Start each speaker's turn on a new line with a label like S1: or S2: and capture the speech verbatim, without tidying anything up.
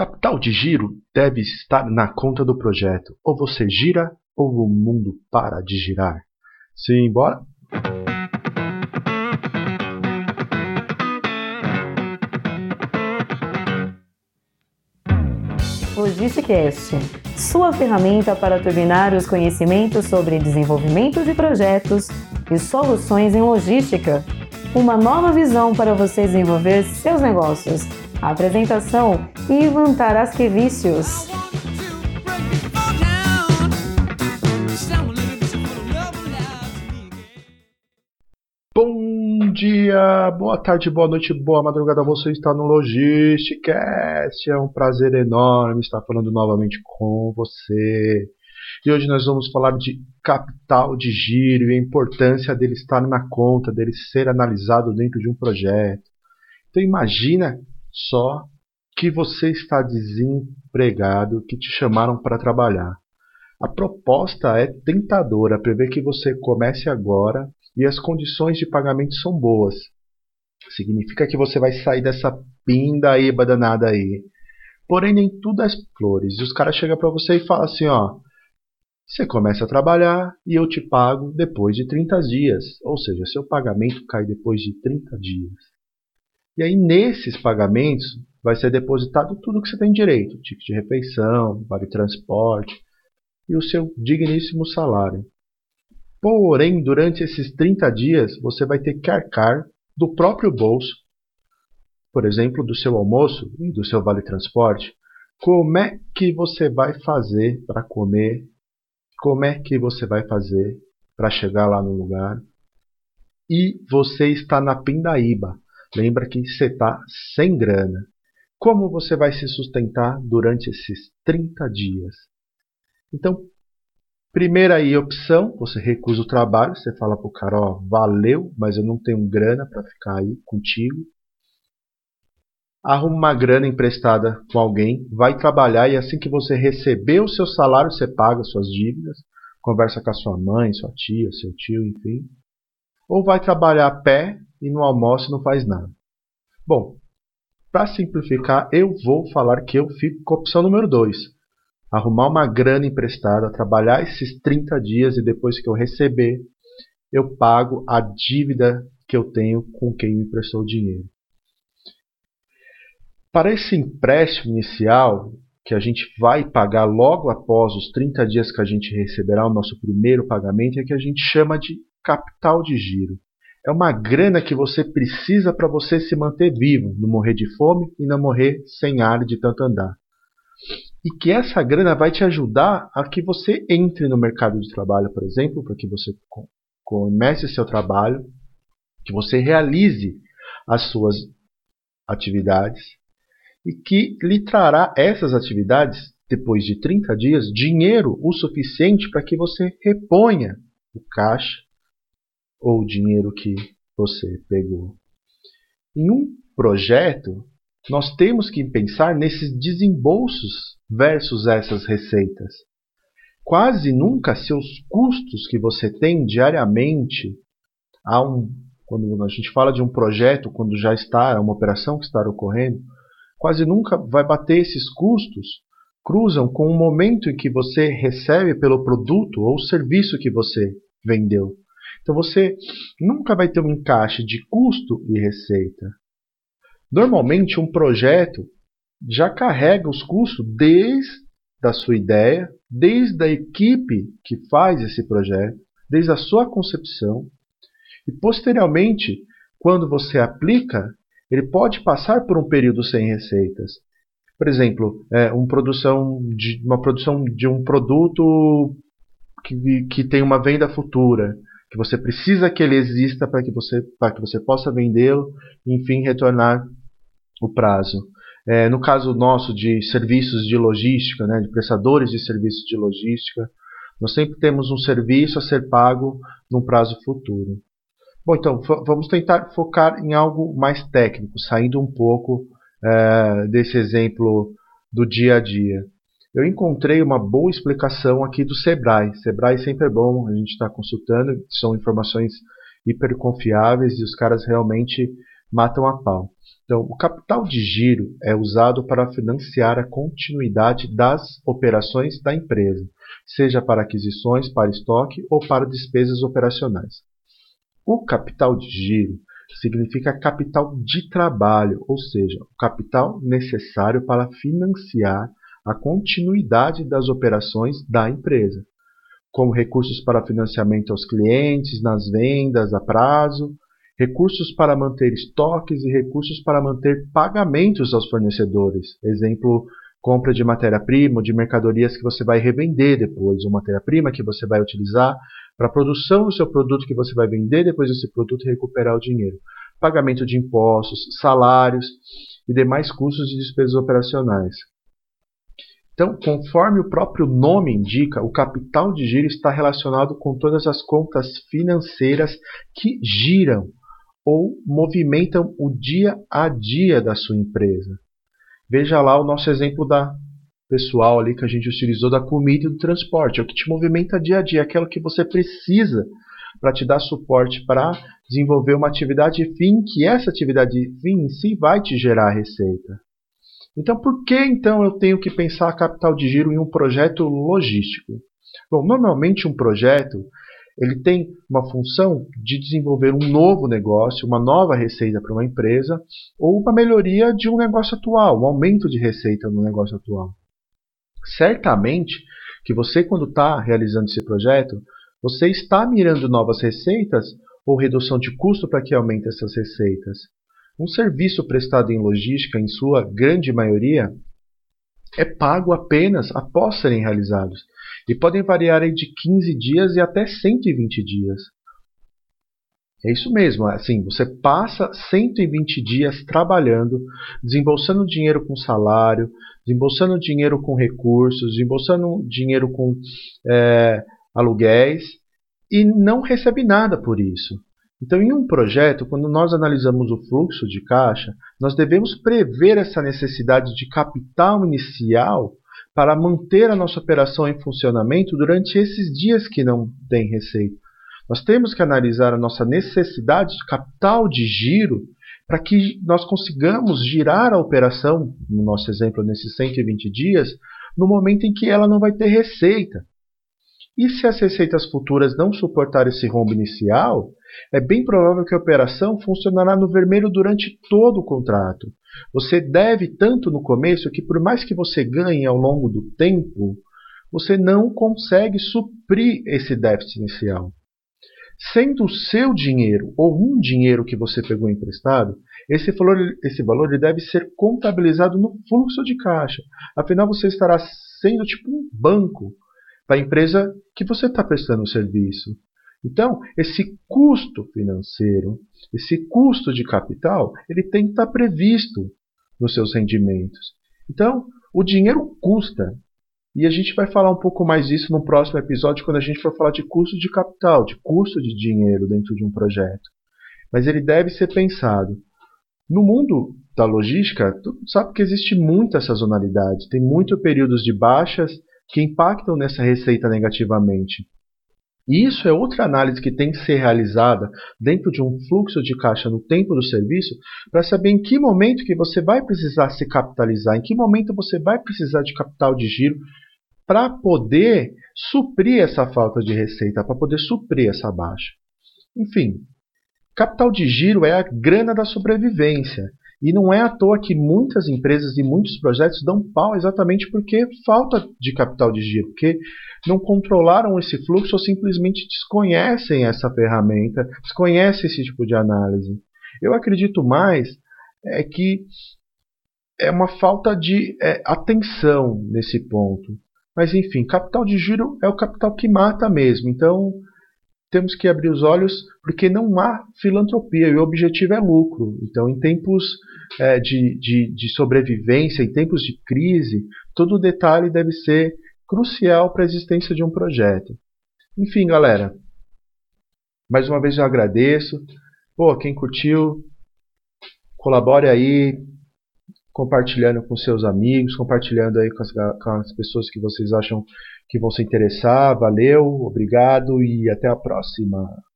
S1: Capital de giro deve estar na conta do projeto. Ou você gira, ou o mundo para de girar. Simbora?
S2: Logisticast, sua ferramenta para turbinar os conhecimentos sobre desenvolviment de projetos e soluções em logística. Uma nova visão para você desenvolver seus negócios. Apresentação: Ivan Taraskevicius.
S1: Bom dia, boa tarde, boa noite, boa madrugada. Você está no Logisticast. É um prazer enorme estar falando novamente com você. E hoje nós vamos falar de capital de giro e a importância dele estar na conta, dele ser analisado dentro de um projeto. Então imagina só que você está desempregado, que te chamaram para trabalhar. A proposta é tentadora, prevê que você comece agora e as condições de pagamento são boas. Significa que você vai sair dessa pindaíba danada aí. Porém, nem tudo é flores. E os caras chegam para você e falam assim, ó, você começa a trabalhar e eu te pago depois de trinta dias. Ou seja, seu pagamento cai depois de trinta dias. E aí, nesses pagamentos, vai ser depositado tudo que você tem direito. Ticket de refeição, vale transporte e o seu digníssimo salário. Porém, durante esses trinta dias, você vai ter que arcar do próprio bolso, por exemplo, do seu almoço e do seu vale-transporte. Como é que você vai fazer para comer? Como é que você vai fazer para chegar lá no lugar? E você está na pindaíba. Lembra que você está sem grana. Como você vai se sustentar durante esses trinta dias? Então, primeira aí opção, você recusa o trabalho, você fala para o cara, ó, valeu, mas eu não tenho grana para ficar aí contigo. Arruma uma grana emprestada com alguém, vai trabalhar e assim que você receber o seu salário, você paga suas dívidas, conversa com a sua mãe, sua tia, seu tio, enfim. Ou vai trabalhar a pé e no almoço não faz nada. Bom, para simplificar, eu vou falar que eu fico com a opção número dois. Arrumar uma grana emprestada, trabalhar esses trinta dias e depois que eu receber, eu pago a dívida que eu tenho com quem me emprestou o dinheiro. Para esse empréstimo inicial, que a gente vai pagar logo após os trinta dias que a gente receberá o nosso primeiro pagamento, é que a gente chama de capital de giro. É uma grana que você precisa para você se manter vivo, não morrer de fome e não morrer sem ar de tanto andar. E que essa grana vai te ajudar a que você entre no mercado de trabalho, por exemplo, para que você comece seu trabalho, que você realize as suas atividades e que lhe trará essas atividades, depois de trinta dias, dinheiro o suficiente para que você reponha o caixa ou o dinheiro que você pegou. Em um projeto, nós temos que pensar nesses desembolsos versus essas receitas. Quase nunca seus custos que você tem diariamente, a um, quando a gente fala de um projeto, quando já está, é uma operação que está ocorrendo, quase nunca vai bater esses custos, cruzam com o momento em que você recebe pelo produto ou serviço que você vendeu. Então você nunca vai ter um encaixe de custo e receita. Normalmente um projeto já carrega os custos desde a sua ideia, desde a equipe que faz esse projeto, desde a sua concepção. E posteriormente, quando você aplica, ele pode passar por um período sem receitas. Por exemplo, é, uma, produção de, uma produção de um produto que, que tem uma venda futura, que você precisa que ele exista para que você, para que você possa vendê-lo e, enfim, retornar o prazo. É, no caso nosso de serviços de logística, né, de prestadores de serviços de logística, nós sempre temos um serviço a ser pago num prazo futuro. Bom, então, vamos tentar focar em algo mais técnico, saindo um pouco é, desse exemplo do dia a dia. Eu encontrei uma boa explicação aqui do Sebrae. Sebrae sempre é bom, a gente está consultando, são informações hiperconfiáveis e os caras realmente matam a pau. Então, o capital de giro é usado para financiar a continuidade das operações da empresa, seja para aquisições, para estoque ou para despesas operacionais. O capital de giro significa capital de trabalho, ou seja, o capital necessário para financiar a continuidade das operações da empresa, como recursos para financiamento aos clientes, nas vendas a prazo, recursos para manter estoques e recursos para manter pagamentos aos fornecedores. Exemplo, compra de matéria-prima ou de mercadorias que você vai revender depois, ou matéria-prima que você vai utilizar para a produção do seu produto que você vai vender depois desse produto e recuperar o dinheiro. Pagamento de impostos, salários e demais custos e despesas operacionais. Então, conforme o próprio nome indica, o capital de giro está relacionado com todas as contas financeiras que giram ou movimentam o dia a dia da sua empresa. Veja lá o nosso exemplo da pessoal ali que a gente utilizou da comida e do transporte. É o que te movimenta dia a dia, aquilo que você precisa para te dar suporte para desenvolver uma atividade fim, que essa atividade fim em si vai te gerar receita. Então, por que então eu tenho que pensar a capital de giro em um projeto logístico? Bom, normalmente um projeto ele tem uma função de desenvolver um novo negócio, uma nova receita para uma empresa, ou uma melhoria de um negócio atual, um aumento de receita no negócio atual. Certamente que você, quando está realizando esse projeto, você está mirando novas receitas ou redução de custo para que aumente essas receitas. Um serviço prestado em logística, em sua grande maioria, é pago apenas após serem realizados e podem variar de quinze dias e até cento e vinte dias. É isso mesmo, assim, você passa cento e vinte dias trabalhando, desembolsando dinheiro com salário, desembolsando dinheiro com recursos, desembolsando dinheiro com é, aluguéis e não recebe nada por isso. Então, em um projeto, quando nós analisamos o fluxo de caixa, nós devemos prever essa necessidade de capital inicial para manter a nossa operação em funcionamento durante esses dias que não tem receita. Nós temos que analisar a nossa necessidade de capital de giro para que nós consigamos girar a operação, no nosso exemplo, nesses cento e vinte dias, no momento em que ela não vai ter receita. E se as receitas futuras não suportarem esse rombo inicial, é bem provável que a operação funcionará no vermelho durante todo o contrato. Você deve tanto no começo que, por mais que você ganhe ao longo do tempo, você não consegue suprir esse déficit inicial. Sendo o seu dinheiro ou um dinheiro que você pegou emprestado, esse valor, esse valor ele deve ser contabilizado no fluxo de caixa. Afinal, você estará sendo tipo um banco para a empresa que você está prestando o serviço. Então, esse custo financeiro, esse custo de capital, ele tem que estar previsto nos seus rendimentos. Então, o dinheiro custa. E a gente vai falar um pouco mais disso no próximo episódio, quando a gente for falar de custo de capital, de custo de dinheiro dentro de um projeto. Mas ele deve ser pensado. No mundo da logística, tu sabe que existe muita sazonalidade, tem muitos períodos de baixas que impactam nessa receita negativamente. E isso é outra análise que tem que ser realizada dentro de um fluxo de caixa no tempo do serviço para saber em que momento que você vai precisar se capitalizar, em que momento você vai precisar de capital de giro para poder suprir essa falta de receita, para poder suprir essa baixa. Enfim, capital de giro é a grana da sobrevivência. E não é à toa que muitas empresas e muitos projetos dão pau exatamente porque falta de capital de giro, porque não controlaram esse fluxo ou simplesmente desconhecem essa ferramenta, desconhecem esse tipo de análise. Eu acredito mais é que é uma falta de é, atenção nesse ponto. Mas enfim, capital de giro é o capital que mata mesmo. Então temos que abrir os olhos porque não há filantropia e o objetivo é lucro. Então, em tempos é, de, de, de sobrevivência, em tempos de crise, todo detalhe deve ser crucial para a existência de um projeto. Enfim, galera, mais uma vez eu agradeço. Pô, quem curtiu, colabore aí, compartilhando com seus amigos, compartilhando aí com as, com as pessoas que vocês acham que vão se interessar. Valeu, obrigado e até a próxima.